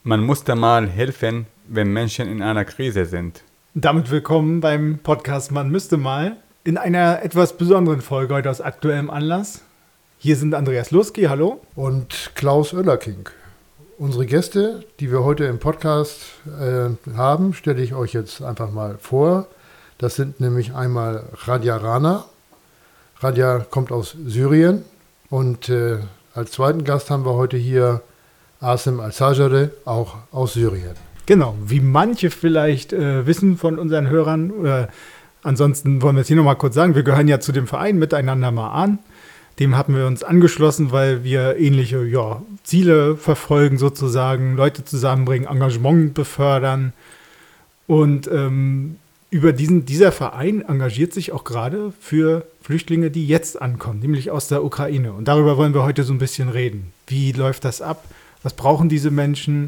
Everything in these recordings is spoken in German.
Man musste mal helfen, wenn Menschen in einer Krise sind. Damit willkommen beim Podcast Man müsste mal in einer etwas besonderen Folge heute aus aktuellem Anlass. Hier sind Andreas Luski, hallo. Und Klaus Oellerking. Unsere Gäste, die wir heute im Podcast haben, stelle ich euch jetzt einfach mal vor. Das sind nämlich einmal Radja Rana. Radja kommt aus Syrien und als zweiten Gast haben wir heute hier Asim Al-Sajade, auch aus Syrien. Genau, wie manche vielleicht wissen von unseren Hörern, ansonsten wollen wir es hier nochmal kurz sagen, wir gehören ja zu dem Verein Miteinander mal an. Dem haben wir uns angeschlossen, weil wir ähnliche Ziele verfolgen sozusagen, Leute zusammenbringen, Engagement befördern. Und dieser Verein engagiert sich auch gerade für Flüchtlinge, die jetzt ankommen, nämlich aus der Ukraine. Und darüber wollen wir heute so ein bisschen reden. Wie läuft das ab? Was brauchen diese Menschen?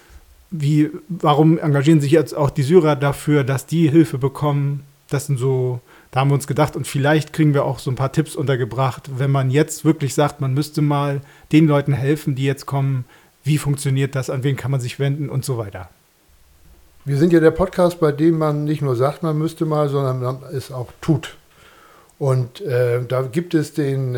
Warum engagieren sich jetzt auch die Syrer dafür, dass die Hilfe bekommen? Das sind so, da haben wir uns gedacht, und vielleicht kriegen wir auch so ein paar Tipps untergebracht, wenn man jetzt wirklich sagt, man müsste mal den Leuten helfen, die jetzt kommen. Wie funktioniert das? An wen kann man sich wenden und so weiter? Wir sind ja der Podcast, bei dem man nicht nur sagt, man müsste mal, sondern man es auch tut. Und da gibt es den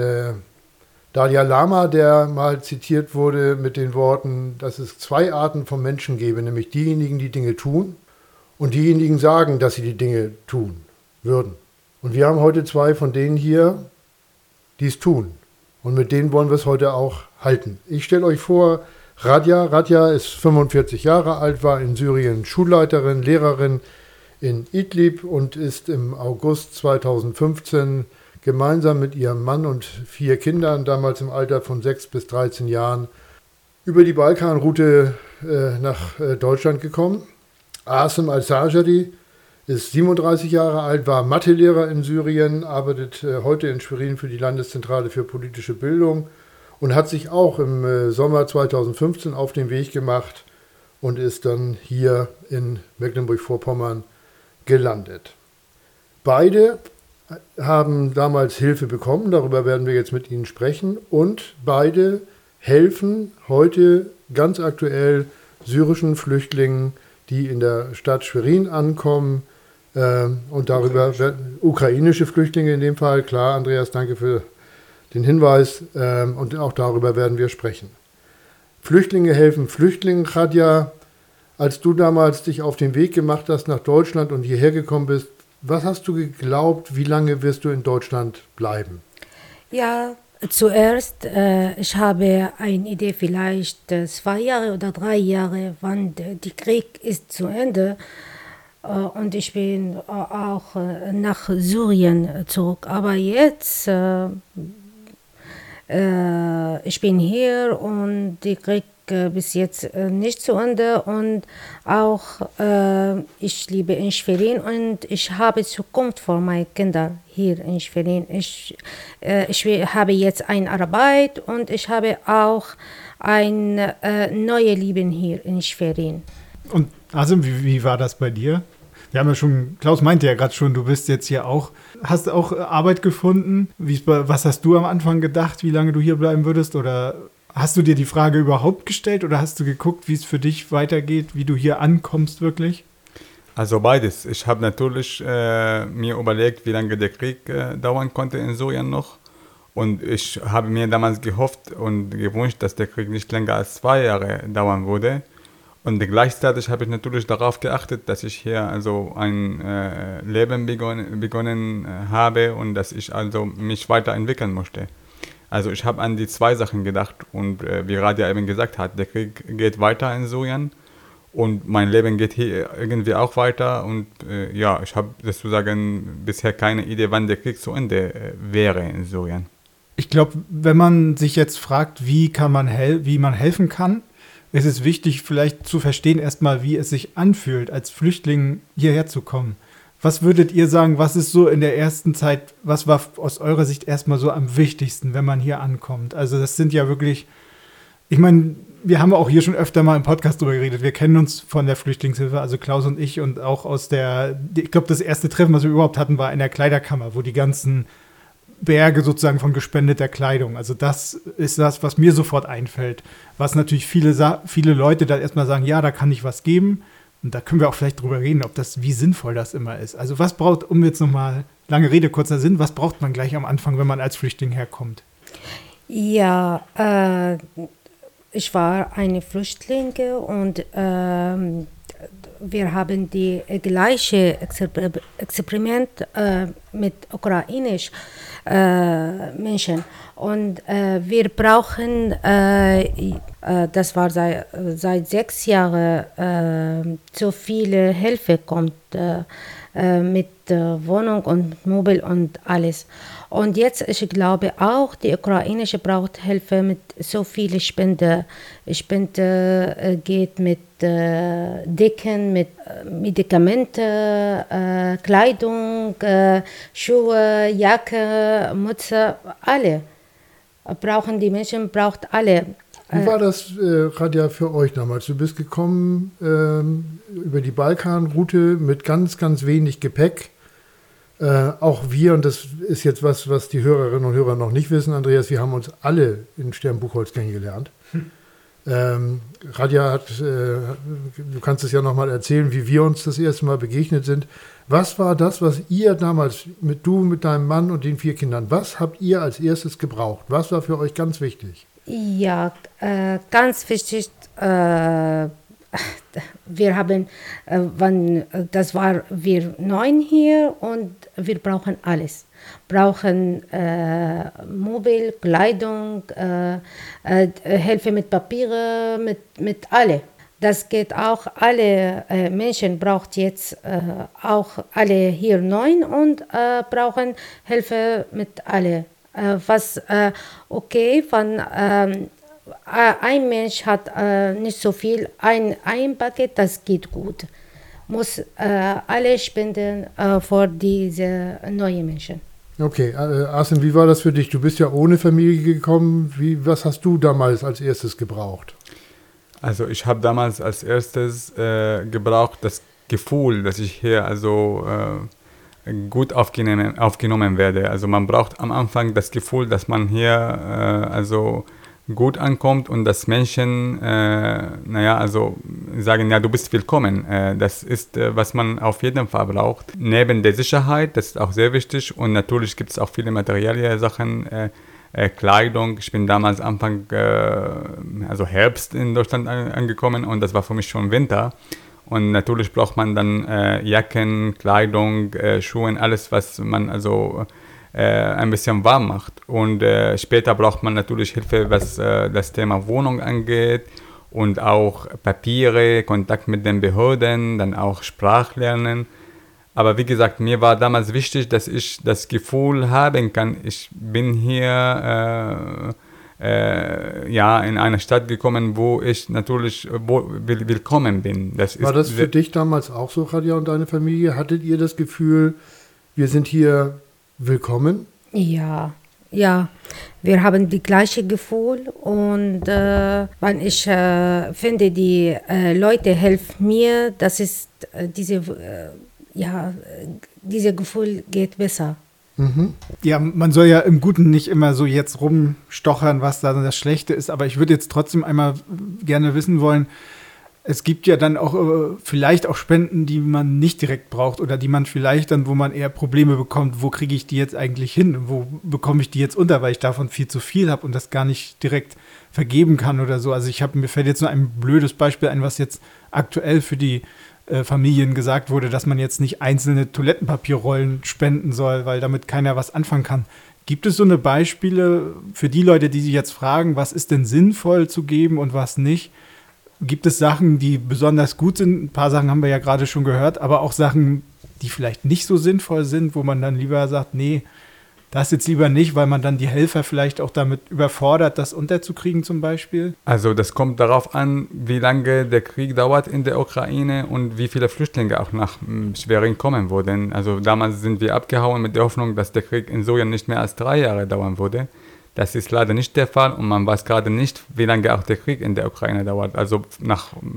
Dalai Lama, der mal zitiert wurde mit den Worten, dass es zwei Arten von Menschen gäbe, nämlich diejenigen, die Dinge tun und diejenigen sagen, dass sie die Dinge tun würden. Und wir haben heute zwei von denen hier, die es tun. Und mit denen wollen wir es heute auch halten. Ich stelle euch vor, Radja. Radja ist 45 Jahre alt, war in Syrien Schulleiterin, Lehrerin in Idlib und ist im August 2015 gemeinsam mit ihrem Mann und 4 Kindern, damals im Alter von 6 bis 13 Jahren, über die Balkanroute nach Deutschland gekommen. Asim Al-Sajade ist 37 Jahre alt, war Mathelehrer in Syrien, arbeitet heute in Schwerin für die Landeszentrale für politische Bildung und hat sich auch im Sommer 2015 auf den Weg gemacht und ist dann hier in Mecklenburg-Vorpommern gelandet. Beide haben damals Hilfe bekommen, darüber werden wir jetzt mit Ihnen sprechen, und beide helfen heute ganz aktuell syrischen Flüchtlingen, die in der Stadt Schwerin ankommen, und darüber ukrainische Flüchtlinge in dem Fall, klar, Andreas, danke für den Hinweis, und auch darüber werden wir sprechen. Flüchtlinge helfen Flüchtlingen. Radja, als du damals dich auf den Weg gemacht hast nach Deutschland und hierher gekommen bist, was hast du geglaubt, wie lange wirst du in Deutschland bleiben? Ja, zuerst, ich habe eine Idee, vielleicht 2 Jahre oder 3 Jahre, wann der Krieg ist zu Ende. Und ich bin auch nach Syrien zurück. Aber jetzt, ich bin hier und der Krieg bis jetzt nicht zu Ende, und auch ich lebe in Schwerin und ich habe Zukunft für meine Kinder hier in Schwerin. Ich habe jetzt eine Arbeit und ich habe auch ein neues Leben hier in Schwerin. Und Asim, wie war das bei dir? Wir haben ja schon, Klaus meinte ja gerade schon, du bist jetzt hier auch, hast auch Arbeit gefunden. Was hast du am Anfang gedacht, wie lange du hier bleiben würdest? Oder hast du dir die Frage überhaupt gestellt oder hast du geguckt, wie es für dich weitergeht, wie du hier ankommst wirklich? Also beides. Ich habe natürlich mir überlegt, wie lange der Krieg dauern konnte in Syrien noch. Und ich habe mir damals gehofft und gewünscht, dass der Krieg nicht länger als 2 Jahre dauern würde. Und gleichzeitig habe ich natürlich darauf geachtet, dass ich hier also ein Leben begonnen habe und dass ich also mich weiterentwickeln möchte. Also ich habe an die 2 Sachen gedacht und wie Radja eben gesagt hat, der Krieg geht weiter in Syrien und mein Leben geht hier irgendwie auch weiter und ich habe sozusagen bisher keine Idee, wann der Krieg zu Ende wäre in Syrien. Ich glaube, wenn man sich jetzt fragt, wie man helfen kann, ist es wichtig, vielleicht zu verstehen erstmal, wie es sich anfühlt, als Flüchtling hierher zu kommen. Was würdet ihr sagen, was ist so in der ersten Zeit, was war aus eurer Sicht erstmal so am wichtigsten, wenn man hier ankommt? Also das sind ja wirklich, ich meine, wir haben auch hier schon öfter mal im Podcast drüber geredet, wir kennen uns von der Flüchtlingshilfe, also Klaus und ich, und auch ich glaube, das erste Treffen, was wir überhaupt hatten, war in der Kleiderkammer, wo die ganzen Berge sozusagen von gespendeter Kleidung. Also das ist das, was mir sofort einfällt. Was natürlich viele Leute da erstmal sagen, ja, da kann ich was geben. Und da können wir auch vielleicht drüber reden, wie sinnvoll das immer ist. Also was braucht, um jetzt nochmal, lange Rede, kurzer Sinn, was braucht man gleich am Anfang, wenn man als Flüchtling herkommt? Ja, ich war eine Flüchtlinge und wir haben die gleiche Experiment mit ukrainischen Menschen. Und wir brauchen, das war seit 6 Jahren, so viele Hilfe kommt mit Wohnung und Möbel und alles. Und jetzt, ich glaube auch, die ukrainische braucht Hilfe mit so vielen Spenden. Spende geht mit Decken, mit Medikamente, Kleidung, Schuhe, Jacke, Mütze, alle. Die Menschen braucht alle. Wie war das, Radja, für euch damals? Du bist gekommen über die Balkanroute mit ganz, ganz wenig Gepäck. Auch wir, und das ist jetzt was die Hörerinnen und Hörer noch nicht wissen, Andreas, wir haben uns alle in Sternbuchholz kennengelernt. Radja du kannst es ja nochmal erzählen, wie wir uns das erste Mal begegnet sind. Was war das, was ihr damals, mit deinem Mann und den 4 Kindern, was habt ihr als erstes gebraucht? Was war für euch ganz wichtig? Ja, ganz wichtig, wir haben, das war wir 9 hier und wir brauchen alles. Brauchen Möbel, Kleidung, Hilfe mit Papiere, mit alle. Das geht auch, alle Menschen braucht jetzt auch alle hier 9 und brauchen Hilfe mit alle. Okay, wenn ein Mensch hat nicht so viel, ein Paket, das geht gut. Muss alle spenden für diese neuen Menschen. Okay, Arsene, wie war das für dich? Du bist ja ohne Familie gekommen. Was hast du damals als erstes gebraucht? Also ich habe damals als erstes gebraucht das Gefühl, dass ich hier gut aufgenommen werde. Also man braucht am Anfang das Gefühl, dass man hier gut ankommt und dass Menschen sagen, ja, du bist willkommen. Das ist, was man auf jeden Fall braucht. Neben der Sicherheit, das ist auch sehr wichtig, und natürlich gibt es auch viele materielle Sachen, Kleidung. Ich bin damals Anfang, Herbst in Deutschland angekommen und das war für mich schon Winter. Und natürlich braucht man dann Jacken, Kleidung, Schuhe, alles, was man ein bisschen warm macht. Und später braucht man natürlich Hilfe, was das Thema Wohnung angeht und auch Papiere, Kontakt mit den Behörden, dann auch Sprachlernen. Aber wie gesagt, mir war damals wichtig, dass ich das Gefühl haben kann, ich bin hier in eine Stadt gekommen, wo ich natürlich willkommen bin. War das für dich damals auch so, Radja, und deine Familie? Hattet ihr das Gefühl, wir sind hier willkommen? Ja, wir haben die gleiche Gefühl und wenn ich finde, die Leute helfen mir, das ist dieses Gefühl geht besser. Mhm. Ja, man soll ja im Guten nicht immer so jetzt rumstochern, was da das Schlechte ist, aber ich würde jetzt trotzdem einmal gerne wissen wollen, es gibt ja dann auch vielleicht auch Spenden, die man nicht direkt braucht oder die man vielleicht dann, wo man eher Probleme bekommt, wo kriege ich die jetzt eigentlich hin, wo bekomme ich die jetzt unter, weil ich davon viel zu viel habe und das gar nicht direkt vergeben kann oder so. Also mir fällt jetzt nur ein blödes Beispiel ein, was jetzt aktuell für die Familien gesagt wurde, dass man jetzt nicht einzelne Toilettenpapierrollen spenden soll, weil damit keiner was anfangen kann. Gibt es so eine Beispiele für die Leute, die sich jetzt fragen, was ist denn sinnvoll zu geben und was nicht? Gibt es Sachen, die besonders gut sind? Ein paar Sachen haben wir ja gerade schon gehört, aber auch Sachen, die vielleicht nicht so sinnvoll sind, wo man dann lieber sagt, nee, das jetzt lieber nicht, weil man dann die Helfer vielleicht auch damit überfordert, das unterzukriegen zum Beispiel? Also das kommt darauf an, wie lange der Krieg dauert in der Ukraine und wie viele Flüchtlinge auch nach Schwerin kommen würden. Also damals sind wir abgehauen mit der Hoffnung, dass der Krieg in Syrien nicht mehr als 3 Jahre dauern würde. Das ist leider nicht der Fall und man weiß gerade nicht, wie lange auch der Krieg in der Ukraine dauert. Also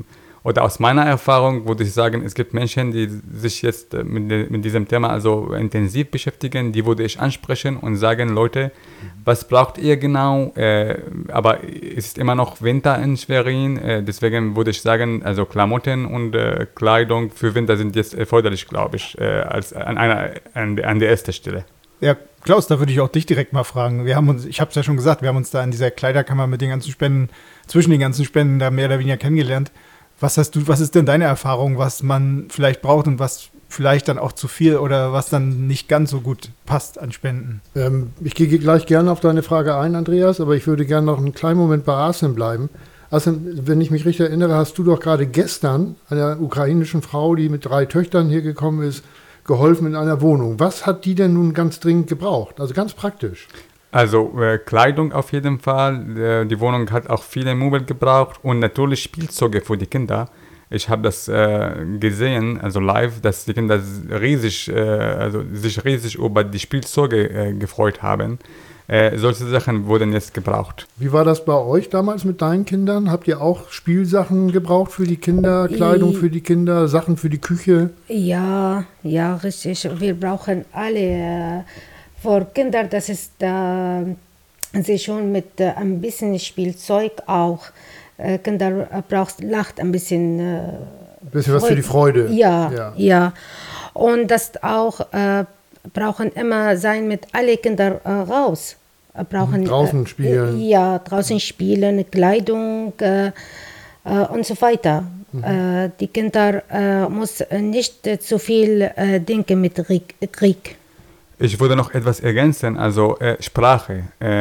oder aus meiner Erfahrung würde ich sagen, es gibt Menschen, die sich jetzt mit diesem Thema also intensiv beschäftigen, die würde ich ansprechen und sagen, Leute, was braucht ihr genau? Aber es ist immer noch Winter in Schwerin, deswegen würde ich sagen, also Klamotten und Kleidung für Winter sind jetzt erforderlich, glaube ich, als an der ersten Stelle. Ja, Klaus, da würde ich auch dich direkt mal fragen. Ich habe es ja schon gesagt, wir haben uns da in dieser Kleiderkammer mit den ganzen Spenden, zwischen den ganzen Spenden da mehr oder weniger kennengelernt. Was ist denn deine Erfahrung, was man vielleicht braucht und was vielleicht dann auch zu viel oder was dann nicht ganz so gut passt an Spenden? Ich gehe gleich gerne auf deine Frage ein, Andreas, aber ich würde gerne noch einen kleinen Moment bei Arsene bleiben. Arsene, wenn ich mich richtig erinnere, hast du doch gerade gestern einer ukrainischen Frau, die mit 3 Töchtern hier gekommen ist, geholfen in einer Wohnung. Was hat die denn nun ganz dringend gebraucht? Also ganz praktisch. Also Kleidung auf jeden Fall. Die Wohnung hat auch viele Möbel gebraucht und natürlich Spielzeuge für die Kinder. Ich habe das gesehen, also live, dass die Kinder sich riesig über die Spielzeuge gefreut haben. Solche Sachen wurden jetzt gebraucht. Wie war das bei euch damals mit deinen Kindern? Habt ihr auch Spielsachen gebraucht für die Kinder, Kleidung für die Kinder, Sachen für die Küche? Ja, richtig. Wir brauchen alle für Kinder, das ist sie schon mit ein bisschen Spielzeug auch. Kinder lacht ein bisschen. Bisschen was für die Freude. Ja. Und das auch brauchen immer sein mit alle Kinder raus. Brauchen draußen spielen. Draußen spielen, Kleidung und so weiter. Die Kinder muss nicht zu viel denken mit Krieg. Ich würde noch etwas ergänzen, also Sprache.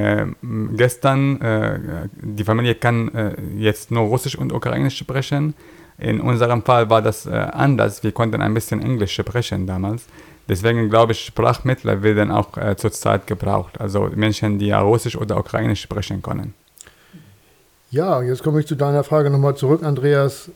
Gestern, die Familie kann jetzt nur Russisch und Ukrainisch sprechen. In unserem Fall war das anders. Wir konnten ein bisschen Englisch sprechen damals. Deswegen glaube ich, Sprachmittler werden auch zurzeit gebraucht. Also Menschen, die ja Russisch oder Ukrainisch sprechen können. Ja, jetzt komme ich zu deiner Frage nochmal zurück, Andreas.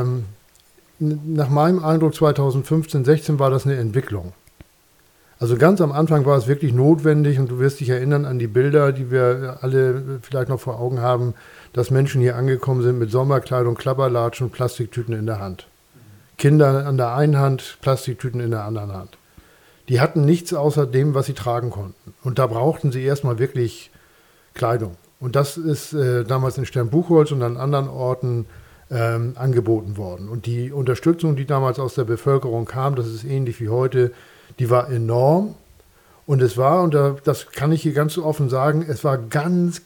Nach meinem Eindruck 2015, 16 war das eine Entwicklung. Also ganz am Anfang war es wirklich notwendig und du wirst dich erinnern an die Bilder, die wir alle vielleicht noch vor Augen haben, dass Menschen hier angekommen sind mit Sommerkleidung, Klapperlatschen und Plastiktüten in der Hand. Kinder an der einen Hand, Plastiktüten in der anderen Hand. Die hatten nichts außer dem, was sie tragen konnten. Und da brauchten sie erstmal wirklich Kleidung. Und das ist damals in Sternbuchholz und an anderen Orten angeboten worden. Und die Unterstützung, die damals aus der Bevölkerung kam, das ist ähnlich wie heute, die war enorm. Und es war, und das kann ich hier ganz offen sagen, es war ganz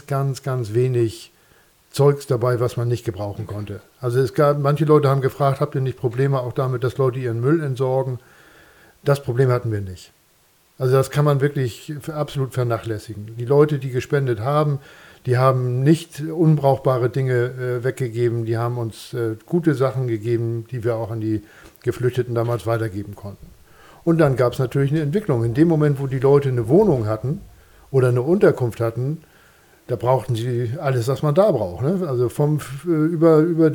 wenig Zeugs dabei, was man nicht gebrauchen konnte. Also manche Leute haben gefragt, habt ihr nicht Probleme auch damit, dass Leute ihren Müll entsorgen? Das Problem hatten wir nicht. Also das kann man wirklich absolut vernachlässigen. Die Leute, die gespendet haben, die haben nicht unbrauchbare Dinge weggegeben, die haben uns gute Sachen gegeben, die wir auch an die Geflüchteten damals weitergeben konnten. Und dann gab es natürlich eine Entwicklung. In dem Moment, wo die Leute eine Wohnung hatten oder eine Unterkunft hatten, da brauchten sie alles, was man da braucht. Ne? Also über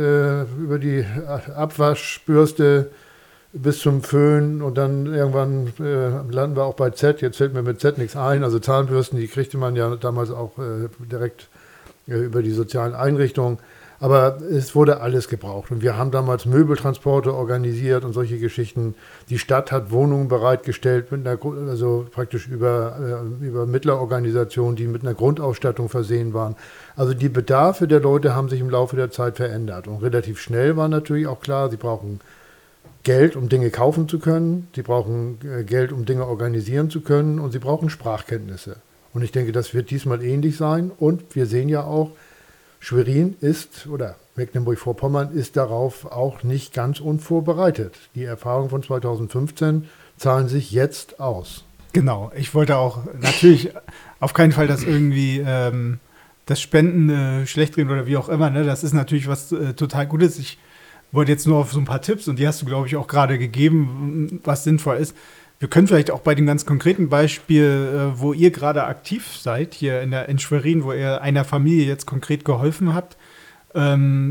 die Abwaschbürste bis zum Föhn und dann irgendwann landen wir auch bei Z. Jetzt fällt mir mit Z nichts ein. Also Zahnbürsten, die kriegte man ja damals auch direkt über die sozialen Einrichtungen. Aber es wurde alles gebraucht. Und wir haben damals Möbeltransporte organisiert und solche Geschichten. Die Stadt hat Wohnungen bereitgestellt, also praktisch über Mittlerorganisationen, die mit einer Grundausstattung versehen waren. Also die Bedarfe der Leute haben sich im Laufe der Zeit verändert. Und relativ schnell war natürlich auch klar, sie brauchen Geld, um Dinge kaufen zu können. Sie brauchen Geld, um Dinge organisieren zu können. Und sie brauchen Sprachkenntnisse. Und ich denke, das wird diesmal ähnlich sein. Und wir sehen ja auch, Schwerin oder Mecklenburg-Vorpommern ist darauf auch nicht ganz unvorbereitet. Die Erfahrungen von 2015 zahlen sich jetzt aus. Genau, ich wollte auch natürlich auf keinen Fall das irgendwie das Spenden schlecht reden oder wie auch immer. Ne? Das ist natürlich was total Gutes. Ich wollte jetzt nur auf so ein paar Tipps und die hast du, glaube ich, auch gerade gegeben, was sinnvoll ist. Wir können vielleicht auch bei dem ganz konkreten Beispiel, wo ihr gerade aktiv seid, hier in Schwerin, wo ihr einer Familie jetzt konkret geholfen habt,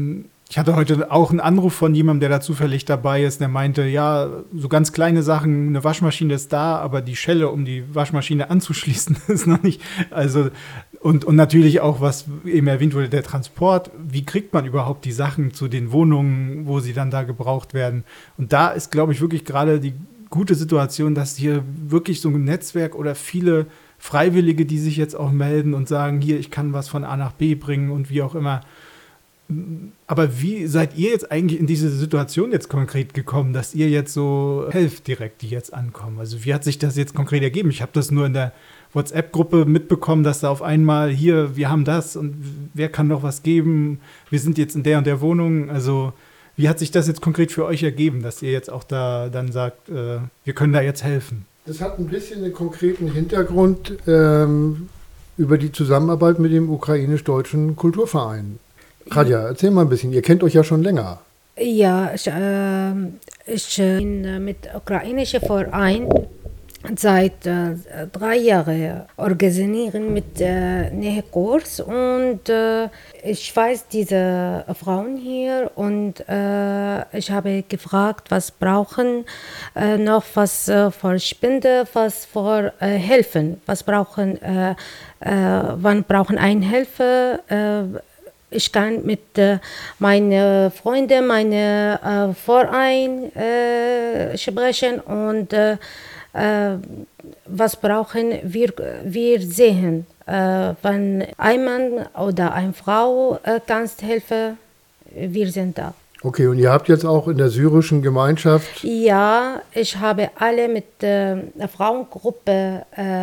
Ich hatte heute auch einen Anruf von jemandem, der da zufällig dabei ist, der meinte, ja, so ganz kleine Sachen, eine Waschmaschine ist da, aber die Schelle, um die Waschmaschine anzuschließen, ist noch nicht. Also, und natürlich auch, was eben erwähnt wurde, der Transport. Wie kriegt man überhaupt die Sachen zu den Wohnungen, wo sie dann da gebraucht werden? Und da ist, glaube ich, wirklich gerade die gute Situation, dass hier wirklich so ein Netzwerk oder viele Freiwillige, die sich jetzt auch melden und sagen, hier, ich kann was von A nach B bringen und wie auch immer. Aber wie seid ihr jetzt eigentlich in diese Situation jetzt konkret gekommen, dass ihr jetzt so helft direkt, die jetzt ankommen? Also wie hat sich das jetzt konkret ergeben? Ich habe das nur in der WhatsApp-Gruppe mitbekommen, dass da auf einmal hier, wir haben das und wer kann noch was geben? Wir sind jetzt in der und der Wohnung. Also wie hat sich das jetzt konkret für euch ergeben, dass ihr jetzt auch da dann sagt, wir können da jetzt helfen? Das hat ein bisschen einen konkreten Hintergrund über die Zusammenarbeit mit dem ukrainisch-deutschen Kulturverein. Radja, erzähl mal ein bisschen. Ihr kennt euch ja schon länger. Ja, ich bin mit ukrainischen Verein seit 3 Jahren organisieren mit Nähekurs und ich weiß diese Frauen hier und ich habe gefragt, was brauchen noch, was für Spende, was für Helfen, was brauchen, wann brauchen ein Hilfe. Ich kann mit meinen Freunden, meinem Verein sprechen und was brauchen wir, wir sehen. Wenn ein Mann oder eine Frau kannst helfen, wir sind da. Okay, und ihr habt jetzt auch in der syrischen Gemeinschaft... Ja, ich habe alle mit Frauengruppe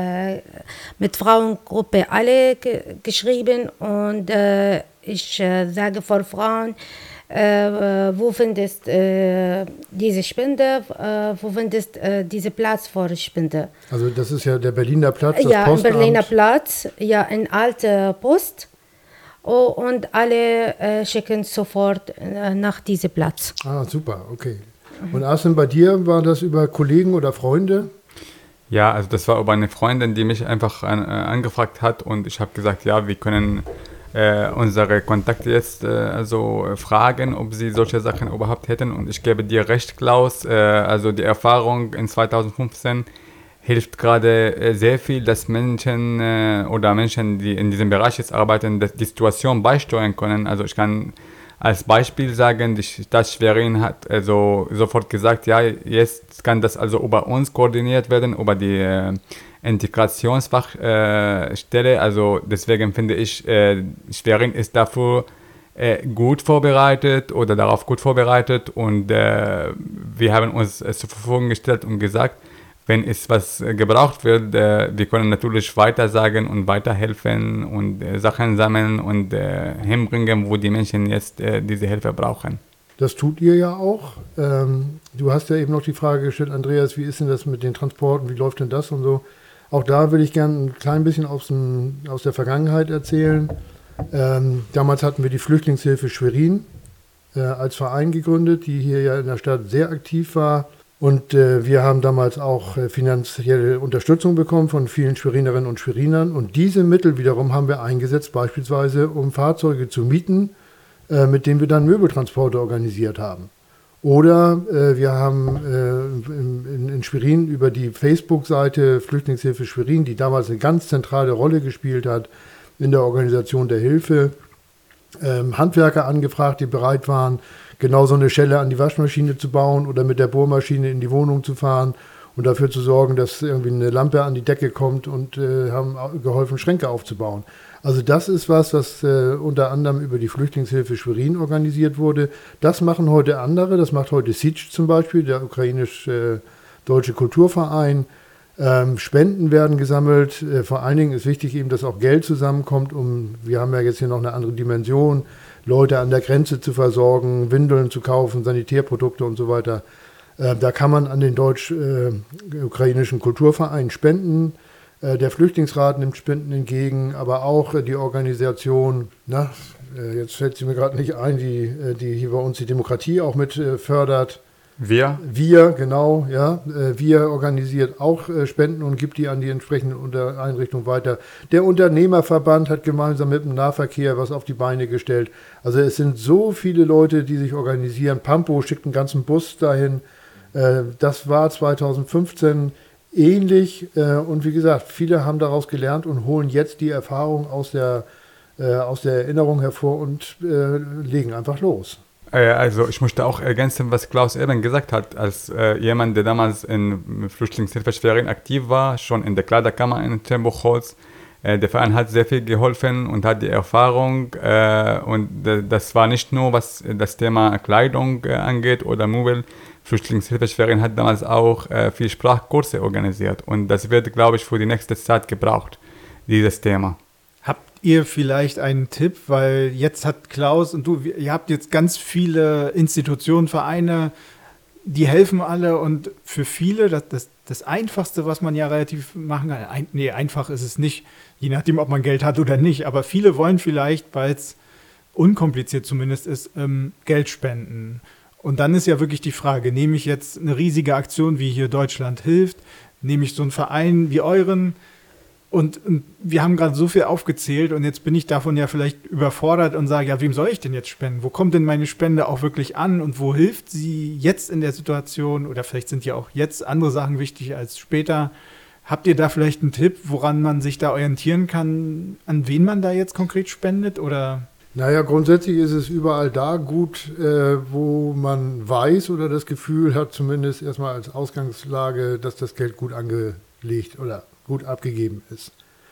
alle geschrieben und ich sage vor Frauen, wo findest diese Spende, wo findest diese Platz für Spende? Also das ist ja der Berliner Platz, das ja, Postamt. Ja, Berliner Platz, ja, in alte Post. Oh, und alle schicken sofort nach diesem Platz. Ah, super, okay. Und Arsene, bei dir war das über Kollegen oder Freunde? Ja, also das war über eine Freundin, die mich einfach angefragt hat und ich habe gesagt, ja, wir können unsere Kontakte jetzt fragen, ob sie solche Sachen überhaupt hätten. Und ich gebe dir recht, Klaus, also die Erfahrung in 2015 hilft gerade sehr viel, dass Menschen, die in diesem Bereich jetzt arbeiten, die Situation beisteuern können. Also ich kann als Beispiel sagen, die Stadt Schwerin hat also sofort gesagt, ja, jetzt kann das also über uns koordiniert werden, über die Integrationsfachstelle. Also deswegen finde ich, Schwerin ist dafür gut vorbereitet oder darauf gut vorbereitet und wir haben uns zur Verfügung gestellt und gesagt, wenn es was gebraucht wird, wir können natürlich weiter sagen und weiterhelfen und Sachen sammeln und hinbringen, wo die Menschen jetzt diese Hilfe brauchen. Das tut ihr ja auch. Du hast ja eben noch die Frage gestellt, Andreas, wie ist denn das mit den Transporten, wie läuft denn das und so. Auch da will ich gerne ein klein bisschen aus der Vergangenheit erzählen. Damals hatten wir die Flüchtlingshilfe Schwerin als Verein gegründet, die hier ja in der Stadt sehr aktiv war. Und wir haben damals auch finanzielle Unterstützung bekommen von vielen Schwerinerinnen und Schwerinern. Und diese Mittel wiederum haben wir eingesetzt, beispielsweise um Fahrzeuge zu mieten, mit denen wir dann Möbeltransporte organisiert haben. Oder wir haben in Schwerin über die Facebook-Seite Flüchtlingshilfe Schwerin, die damals eine ganz zentrale Rolle gespielt hat in der Organisation der Hilfe, Handwerker angefragt, die bereit waren, genau so eine Schelle an die Waschmaschine zu bauen oder mit der Bohrmaschine in die Wohnung zu fahren und dafür zu sorgen, dass irgendwie eine Lampe an die Decke kommt und haben geholfen, Schränke aufzubauen. Also das ist was unter anderem über die Flüchtlingshilfe Schwerin organisiert wurde. Das machen heute andere, das macht heute SIDG zum Beispiel, der ukrainisch-deutsche Kulturverein. Spenden werden gesammelt. Vor allen Dingen ist wichtig eben, dass auch Geld zusammenkommt, wir haben ja jetzt hier noch eine andere Dimension, Leute an der Grenze zu versorgen, Windeln zu kaufen, Sanitärprodukte und so weiter. Da kann man an den deutsch-ukrainischen Kulturverein spenden. Der Flüchtlingsrat nimmt Spenden entgegen, aber auch die Organisation, jetzt fällt sie mir gerade nicht ein, die hier bei uns die Demokratie auch mit fördert. Wir, genau, ja. Wir organisiert auch Spenden und gibt die an die entsprechenden Einrichtungen weiter. Der Unternehmerverband hat gemeinsam mit dem Nahverkehr was auf die Beine gestellt. Also es sind so viele Leute, die sich organisieren. Pampo schickt einen ganzen Bus dahin. Das war 2015 ähnlich. Und wie gesagt, viele haben daraus gelernt und holen jetzt die Erfahrung aus der Erinnerung hervor und legen einfach los. Also ich möchte auch ergänzen, was Klaus eben gesagt hat, als jemand, der damals in Flüchtlingshilfe Schwerin aktiv war, schon in der Kleiderkammer in Trembuchholz. Der Verein hat sehr viel geholfen und hat die Erfahrung und das war nicht nur, was das Thema Kleidung angeht oder Möbel. Flüchtlingshilfe Schwerin hat damals auch viel Sprachkurse organisiert und das wird, glaube ich, für die nächste Zeit gebraucht, dieses Thema. Ihr vielleicht einen Tipp, weil jetzt hat Klaus und du, ihr habt jetzt ganz viele Institutionen, Vereine, die helfen alle und für viele das Einfachste, was man ja relativ machen kann, einfach ist es nicht, je nachdem, ob man Geld hat oder nicht, aber viele wollen vielleicht, weil es unkompliziert zumindest ist, Geld spenden. Und dann ist ja wirklich die Frage, nehme ich jetzt eine riesige Aktion, wie hier Deutschland hilft, nehme ich so einen Verein wie euren. Und wir haben gerade so viel aufgezählt und jetzt bin ich davon ja vielleicht überfordert und sage, ja, wem soll ich denn jetzt spenden? Wo kommt denn meine Spende auch wirklich an und wo hilft sie jetzt in der Situation? Oder vielleicht sind ja auch jetzt andere Sachen wichtig als später. Habt ihr da vielleicht einen Tipp, woran man sich da orientieren kann, an wen man da jetzt konkret spendet? Oder? Naja, grundsätzlich ist es überall da gut, wo man weiß oder das Gefühl hat, zumindest erstmal als Ausgangslage, dass das Geld gut angelegt oder gut abgegeben ist.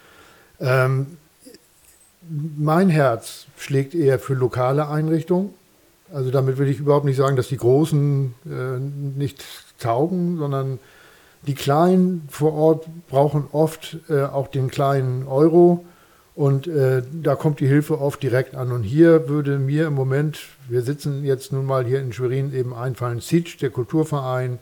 Mein Herz schlägt eher für lokale Einrichtungen. Also damit will ich überhaupt nicht sagen, dass die Großen nicht taugen, sondern die Kleinen vor Ort brauchen oft auch den kleinen Euro und da kommt die Hilfe oft direkt an. Und hier würde mir im Moment, wir sitzen jetzt nun mal hier in Schwerin, eben einfallen SITsch, der Kulturverein,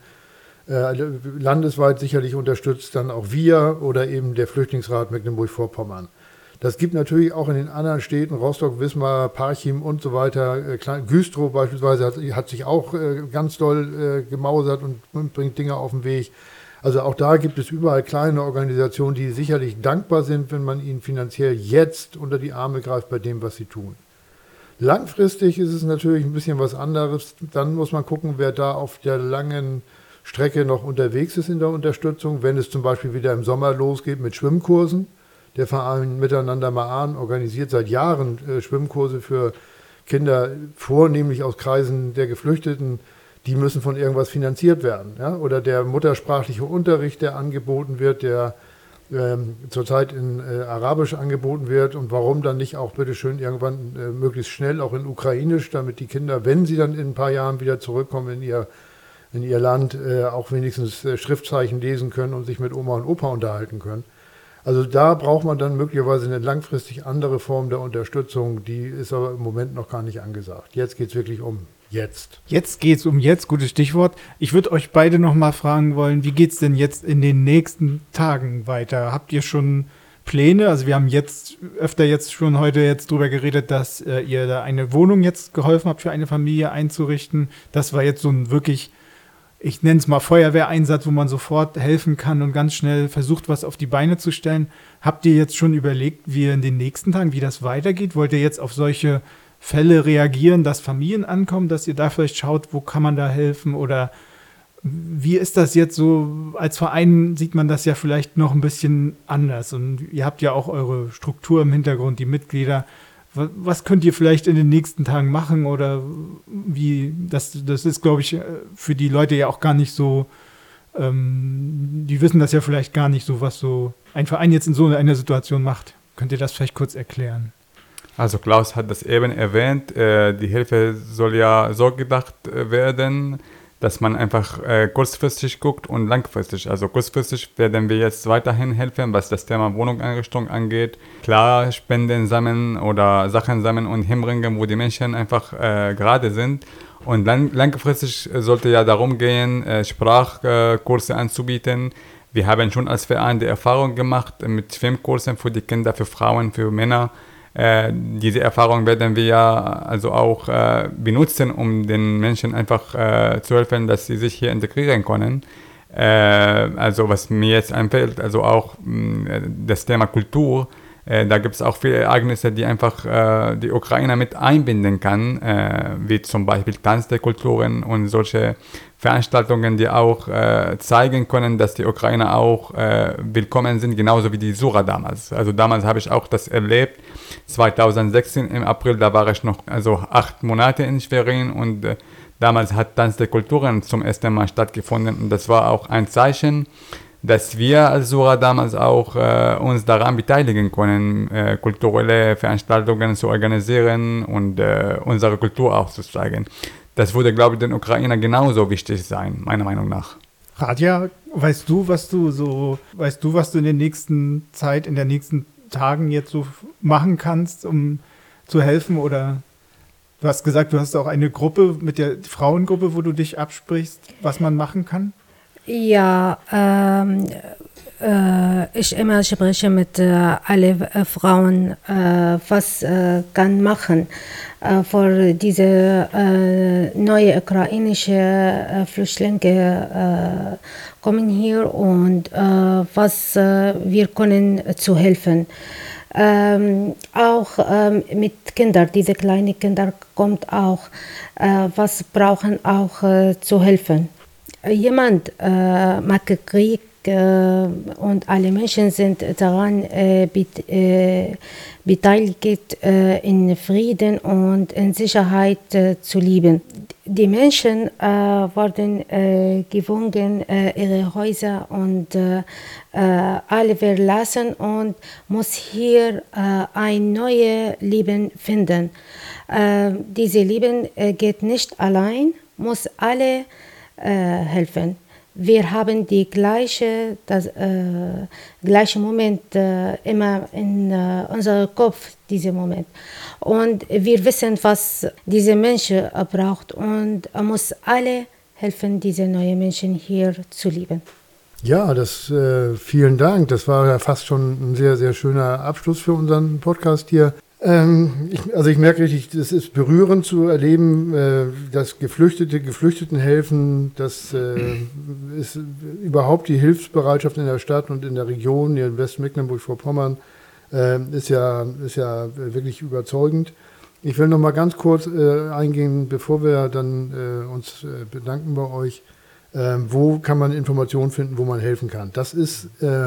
landesweit sicherlich unterstützt, dann auch wir oder eben der Flüchtlingsrat Mecklenburg-Vorpommern. Das gibt natürlich auch in den anderen Städten, Rostock, Wismar, Parchim und so weiter. Güstrow beispielsweise hat sich auch ganz doll gemausert und bringt Dinge auf den Weg. Also auch da gibt es überall kleine Organisationen, die sicherlich dankbar sind, wenn man ihnen finanziell jetzt unter die Arme greift bei dem, was sie tun. Langfristig ist es natürlich ein bisschen was anderes. Dann muss man gucken, wer da auf der langen Strecke noch unterwegs ist in der Unterstützung. Wenn es zum Beispiel wieder im Sommer losgeht mit Schwimmkursen. Der Verein Miteinander Maan organisiert seit Jahren Schwimmkurse für Kinder, vornehmlich aus Kreisen der Geflüchteten. Die müssen von irgendwas finanziert werden. Ja? Oder der muttersprachliche Unterricht, der angeboten wird, der zurzeit in Arabisch angeboten wird. Und warum dann nicht auch bitteschön irgendwann möglichst schnell auch in Ukrainisch, damit die Kinder, wenn sie dann in ein paar Jahren wieder zurückkommen in ihr Land, auch wenigstens Schriftzeichen lesen können und sich mit Oma und Opa unterhalten können. Also da braucht man dann möglicherweise eine langfristig andere Form der Unterstützung, die ist aber im Moment noch gar nicht angesagt. Jetzt geht es wirklich um jetzt. Jetzt geht es um jetzt, gutes Stichwort. Ich würde euch beide noch mal fragen wollen, wie geht es denn jetzt in den nächsten Tagen weiter? Habt ihr schon Pläne? Also wir haben jetzt öfter jetzt schon heute jetzt drüber geredet, dass ihr da eine Wohnung jetzt geholfen habt, für eine Familie einzurichten. Das war jetzt so ein wirklich, ich nenne es mal Feuerwehreinsatz, wo man sofort helfen kann und ganz schnell versucht, was auf die Beine zu stellen. Habt ihr jetzt schon überlegt, wie in den nächsten Tagen, wie das weitergeht? Wollt ihr jetzt auf solche Fälle reagieren, dass Familien ankommen, dass ihr da vielleicht schaut, wo kann man da helfen? Oder wie ist das jetzt so? Als Verein sieht man das ja vielleicht noch ein bisschen anders. Und ihr habt ja auch eure Struktur im Hintergrund, die Mitglieder. Was könnt ihr vielleicht in den nächsten Tagen machen oder wie, das ist, glaube ich, für die Leute ja auch gar nicht so, die wissen das ja vielleicht gar nicht so, was so ein Verein jetzt in so einer Situation macht. Könnt ihr das vielleicht kurz erklären? Also Klaus hat das eben erwähnt, die Hilfe soll ja so gedacht werden, dass man einfach kurzfristig guckt und langfristig. Also kurzfristig werden wir jetzt weiterhin helfen, was das Thema Wohnungseinrichtung angeht. Klar, Spenden sammeln oder Sachen sammeln und hinbringen, wo die Menschen einfach gerade sind. Und langfristig sollte ja darum gehen, Sprachkurse anzubieten. Wir haben schon als Verein die Erfahrung gemacht mit Schwimmkursen für die Kinder, für Frauen, für Männer. Diese Erfahrung werden wir ja also auch benutzen, um den Menschen einfach zu helfen, dass sie sich hier integrieren können. Also was mir jetzt einfällt, also auch das Thema Kultur. Da gibt es auch viele Ereignisse, die einfach die Ukrainer mit einbinden kann, wie zum Beispiel Tanz der Kulturen und solche Veranstaltungen, die auch zeigen können, dass die Ukrainer auch willkommen sind, genauso wie die Sura damals. Also damals habe ich auch das erlebt, 2016 im April, da war ich noch also 8 Monate in Schwerin und damals hat Tanz der Kulturen zum ersten Mal stattgefunden und das war auch ein Zeichen, dass wir als Sura damals auch uns daran beteiligen können, kulturelle Veranstaltungen zu organisieren und unsere Kultur auch zu zeigen. Das würde, glaube ich, den Ukrainern genauso wichtig sein, meiner Meinung nach. Radja, weißt du, was du in der nächsten Zeit, in den nächsten Tagen jetzt so machen kannst, um zu helfen? Oder du hast gesagt, du hast auch eine Gruppe mit der Frauengruppe, wo du dich absprichst, was man machen kann? Ja, ich immer spreche mit allen Frauen, was kann machen für diese neue ukrainische Flüchtlinge kommen hier und was wir können zu helfen. Auch mit Kindern, diese kleinen Kinder kommt auch, was brauchen auch zu helfen. Jemand mag Krieg und alle Menschen sind daran beteiligt, in Frieden und in Sicherheit zu leben. Die Menschen wurden gezwungen, ihre Häuser und alle verlassen und muss hier ein neues Leben finden. Dieses Leben geht nicht allein, muss alle helfen. Wir haben die gleiche Moment immer in unserem Kopf, diesen Moment. Und wir wissen, was diese Menschen braucht und muss alle helfen, diese neuen Menschen hier zu lieben. Ja, vielen Dank. Das war ja fast schon ein sehr, sehr schöner Abschluss für unseren Podcast hier. Ich merke richtig, es ist berührend zu erleben, dass Geflüchteten helfen, dass ist überhaupt die Hilfsbereitschaft in der Stadt und in der Region, hier in Westmecklenburg-Vorpommern, ist ja wirklich überzeugend. Ich will noch mal ganz kurz eingehen, bevor wir dann uns bedanken bei euch. Wo kann man Informationen finden, wo man helfen kann? Das ist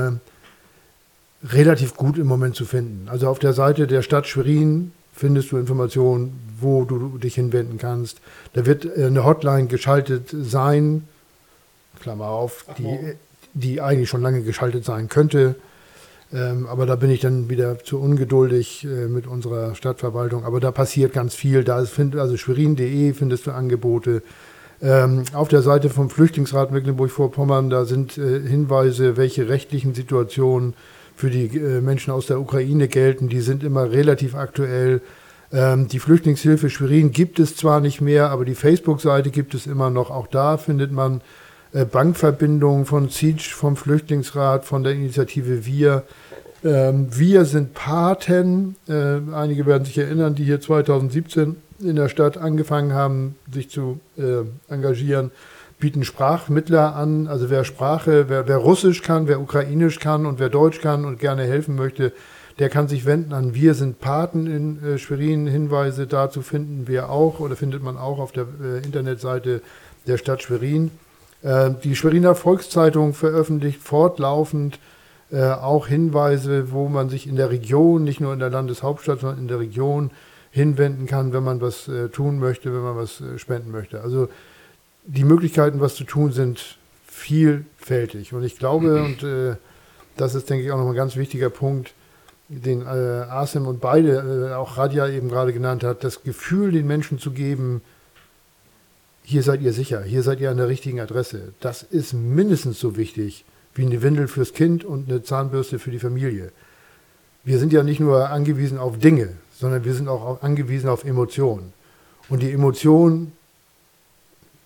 relativ gut im Moment zu finden. Also auf der Seite der Stadt Schwerin findest du Informationen, wo du dich hinwenden kannst. Da wird eine Hotline geschaltet sein, Klammer auf, die eigentlich schon lange geschaltet sein könnte. Aber da bin ich dann wieder zu ungeduldig mit unserer Stadtverwaltung. Aber da passiert ganz viel. Also schwerin.de findest du Angebote. Auf der Seite vom Flüchtlingsrat Mecklenburg-Vorpommern, da sind Hinweise, welche rechtlichen Situationen für die Menschen aus der Ukraine gelten. Die sind immer relativ aktuell. Die Flüchtlingshilfe Schwerin gibt es zwar nicht mehr, aber die Facebook-Seite gibt es immer noch. Auch da findet man Bankverbindungen von Siege, vom Flüchtlingsrat, von der Initiative Wir. Wir sind Paten. Einige werden sich erinnern, die hier 2017 in der Stadt angefangen haben, sich zu engagieren, bieten Sprachmittler an. Also wer Russisch kann, wer Ukrainisch kann und wer Deutsch kann und gerne helfen möchte, der kann sich wenden an Wir sind Paten in Schwerin. Hinweise dazu findet man auch auf der Internetseite der Stadt Schwerin. Die Schweriner Volkszeitung veröffentlicht fortlaufend auch Hinweise, wo man sich in der Region, nicht nur in der Landeshauptstadt, sondern in der Region hinwenden kann, wenn man was tun möchte, wenn man was spenden möchte. Also die Möglichkeiten, was zu tun, sind vielfältig. Und ich glaube, und das ist, denke ich, auch noch ein ganz wichtiger Punkt, den Asim und beide, auch Radja eben gerade genannt hat, das Gefühl den Menschen zu geben, hier seid ihr sicher, hier seid ihr an der richtigen Adresse. Das ist mindestens so wichtig wie eine Windel fürs Kind und eine Zahnbürste für die Familie. Wir sind ja nicht nur angewiesen auf Dinge, sondern wir sind auch angewiesen auf Emotionen. Und die Emotion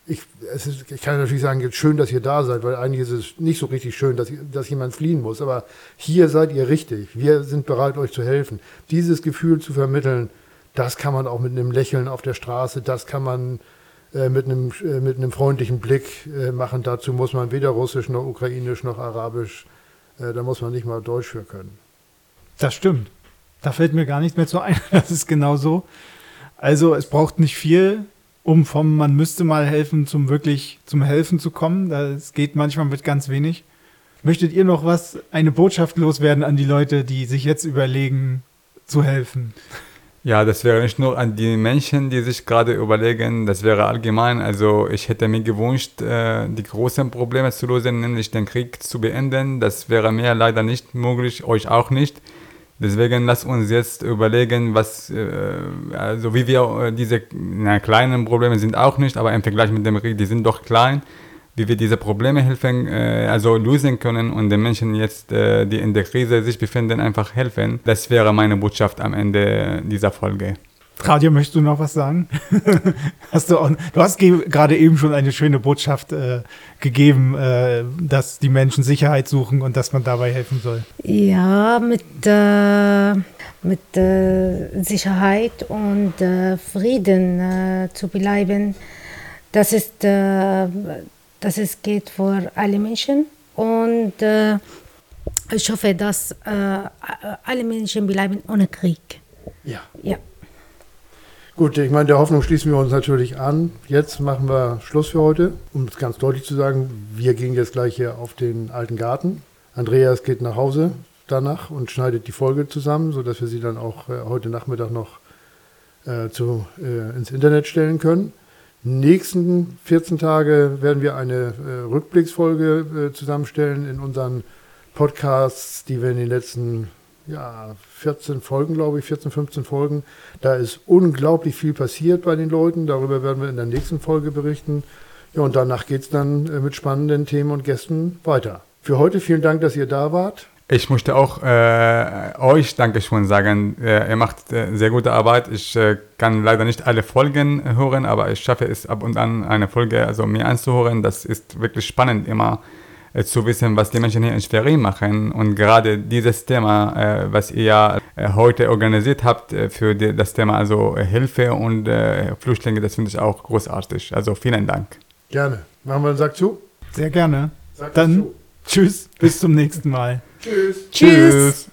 ich kann natürlich sagen, jetzt schön, dass ihr da seid, weil eigentlich ist es nicht so richtig schön, dass jemand fliehen muss. Aber hier seid ihr richtig. Wir sind bereit, euch zu helfen. Dieses Gefühl zu vermitteln, das kann man auch mit einem Lächeln auf der Straße, das kann man mit einem freundlichen Blick machen. Dazu muss man weder Russisch noch Ukrainisch noch Arabisch, da muss man nicht mal Deutsch für können. Das stimmt. Da fällt mir gar nichts mehr zu ein. Das ist genau so. Also es braucht nicht viel, um vom man müsste mal helfen zum wirklich zum Helfen zu kommen. Das geht manchmal mit ganz wenig. Möchtet ihr noch eine Botschaft loswerden an die Leute, die sich jetzt überlegen, zu helfen? Ja, das wäre nicht nur an die Menschen, die sich gerade überlegen, das wäre allgemein. Also ich hätte mir gewünscht, die großen Probleme zu lösen, nämlich den Krieg zu beenden. Das wäre mir leider nicht möglich, euch auch nicht. Deswegen lasst uns jetzt überlegen, also wie wir diese kleinen Probleme sind auch nicht, aber im Vergleich mit dem Krieg, die sind doch klein, wie wir diese Probleme lösen können und den Menschen jetzt, die in der Krise sich befinden, einfach helfen. Das wäre meine Botschaft am Ende dieser Folge. Radia, möchtest du noch was sagen? Du hast gerade eben schon eine schöne Botschaft gegeben, dass die Menschen Sicherheit suchen und dass man dabei helfen soll. Ja, mit Sicherheit und Frieden zu bleiben, das geht für alle Menschen. Und ich hoffe, dass alle Menschen bleiben ohne Krieg. Ja. Ja. Gut, ich meine, der Hoffnung schließen wir uns natürlich an. Jetzt machen wir Schluss für heute. Um es ganz deutlich zu sagen, wir gehen jetzt gleich hier auf den alten Garten. Andreas geht nach Hause danach und schneidet die Folge zusammen, sodass wir sie dann auch heute Nachmittag noch ins Internet stellen können. Nächsten 14 Tage werden wir eine Rückblicksfolge zusammenstellen in unseren Podcasts, die wir in den letzten 14 Folgen, glaube ich, 14, 15 Folgen. Da ist unglaublich viel passiert bei den Leuten. Darüber werden wir in der nächsten Folge berichten. Ja, und danach geht es dann mit spannenden Themen und Gästen weiter. Für heute vielen Dank, dass ihr da wart. Ich möchte auch euch Dankeschön sagen. Ihr macht sehr gute Arbeit. Ich kann leider nicht alle Folgen hören, aber ich schaffe es ab und an eine Folge mir anzuhören. Das ist wirklich spannend immer zu wissen, was die Menschen hier in Schwerin machen. Und gerade dieses Thema, was ihr heute organisiert habt für das Thema Hilfe und Flüchtlinge, das finde ich auch großartig. Also vielen Dank. Gerne. Machen wir einen Sack zu? Sehr gerne. Sack Dann zu. Tschüss, bis zum nächsten Mal. Tschüss. Tschüss.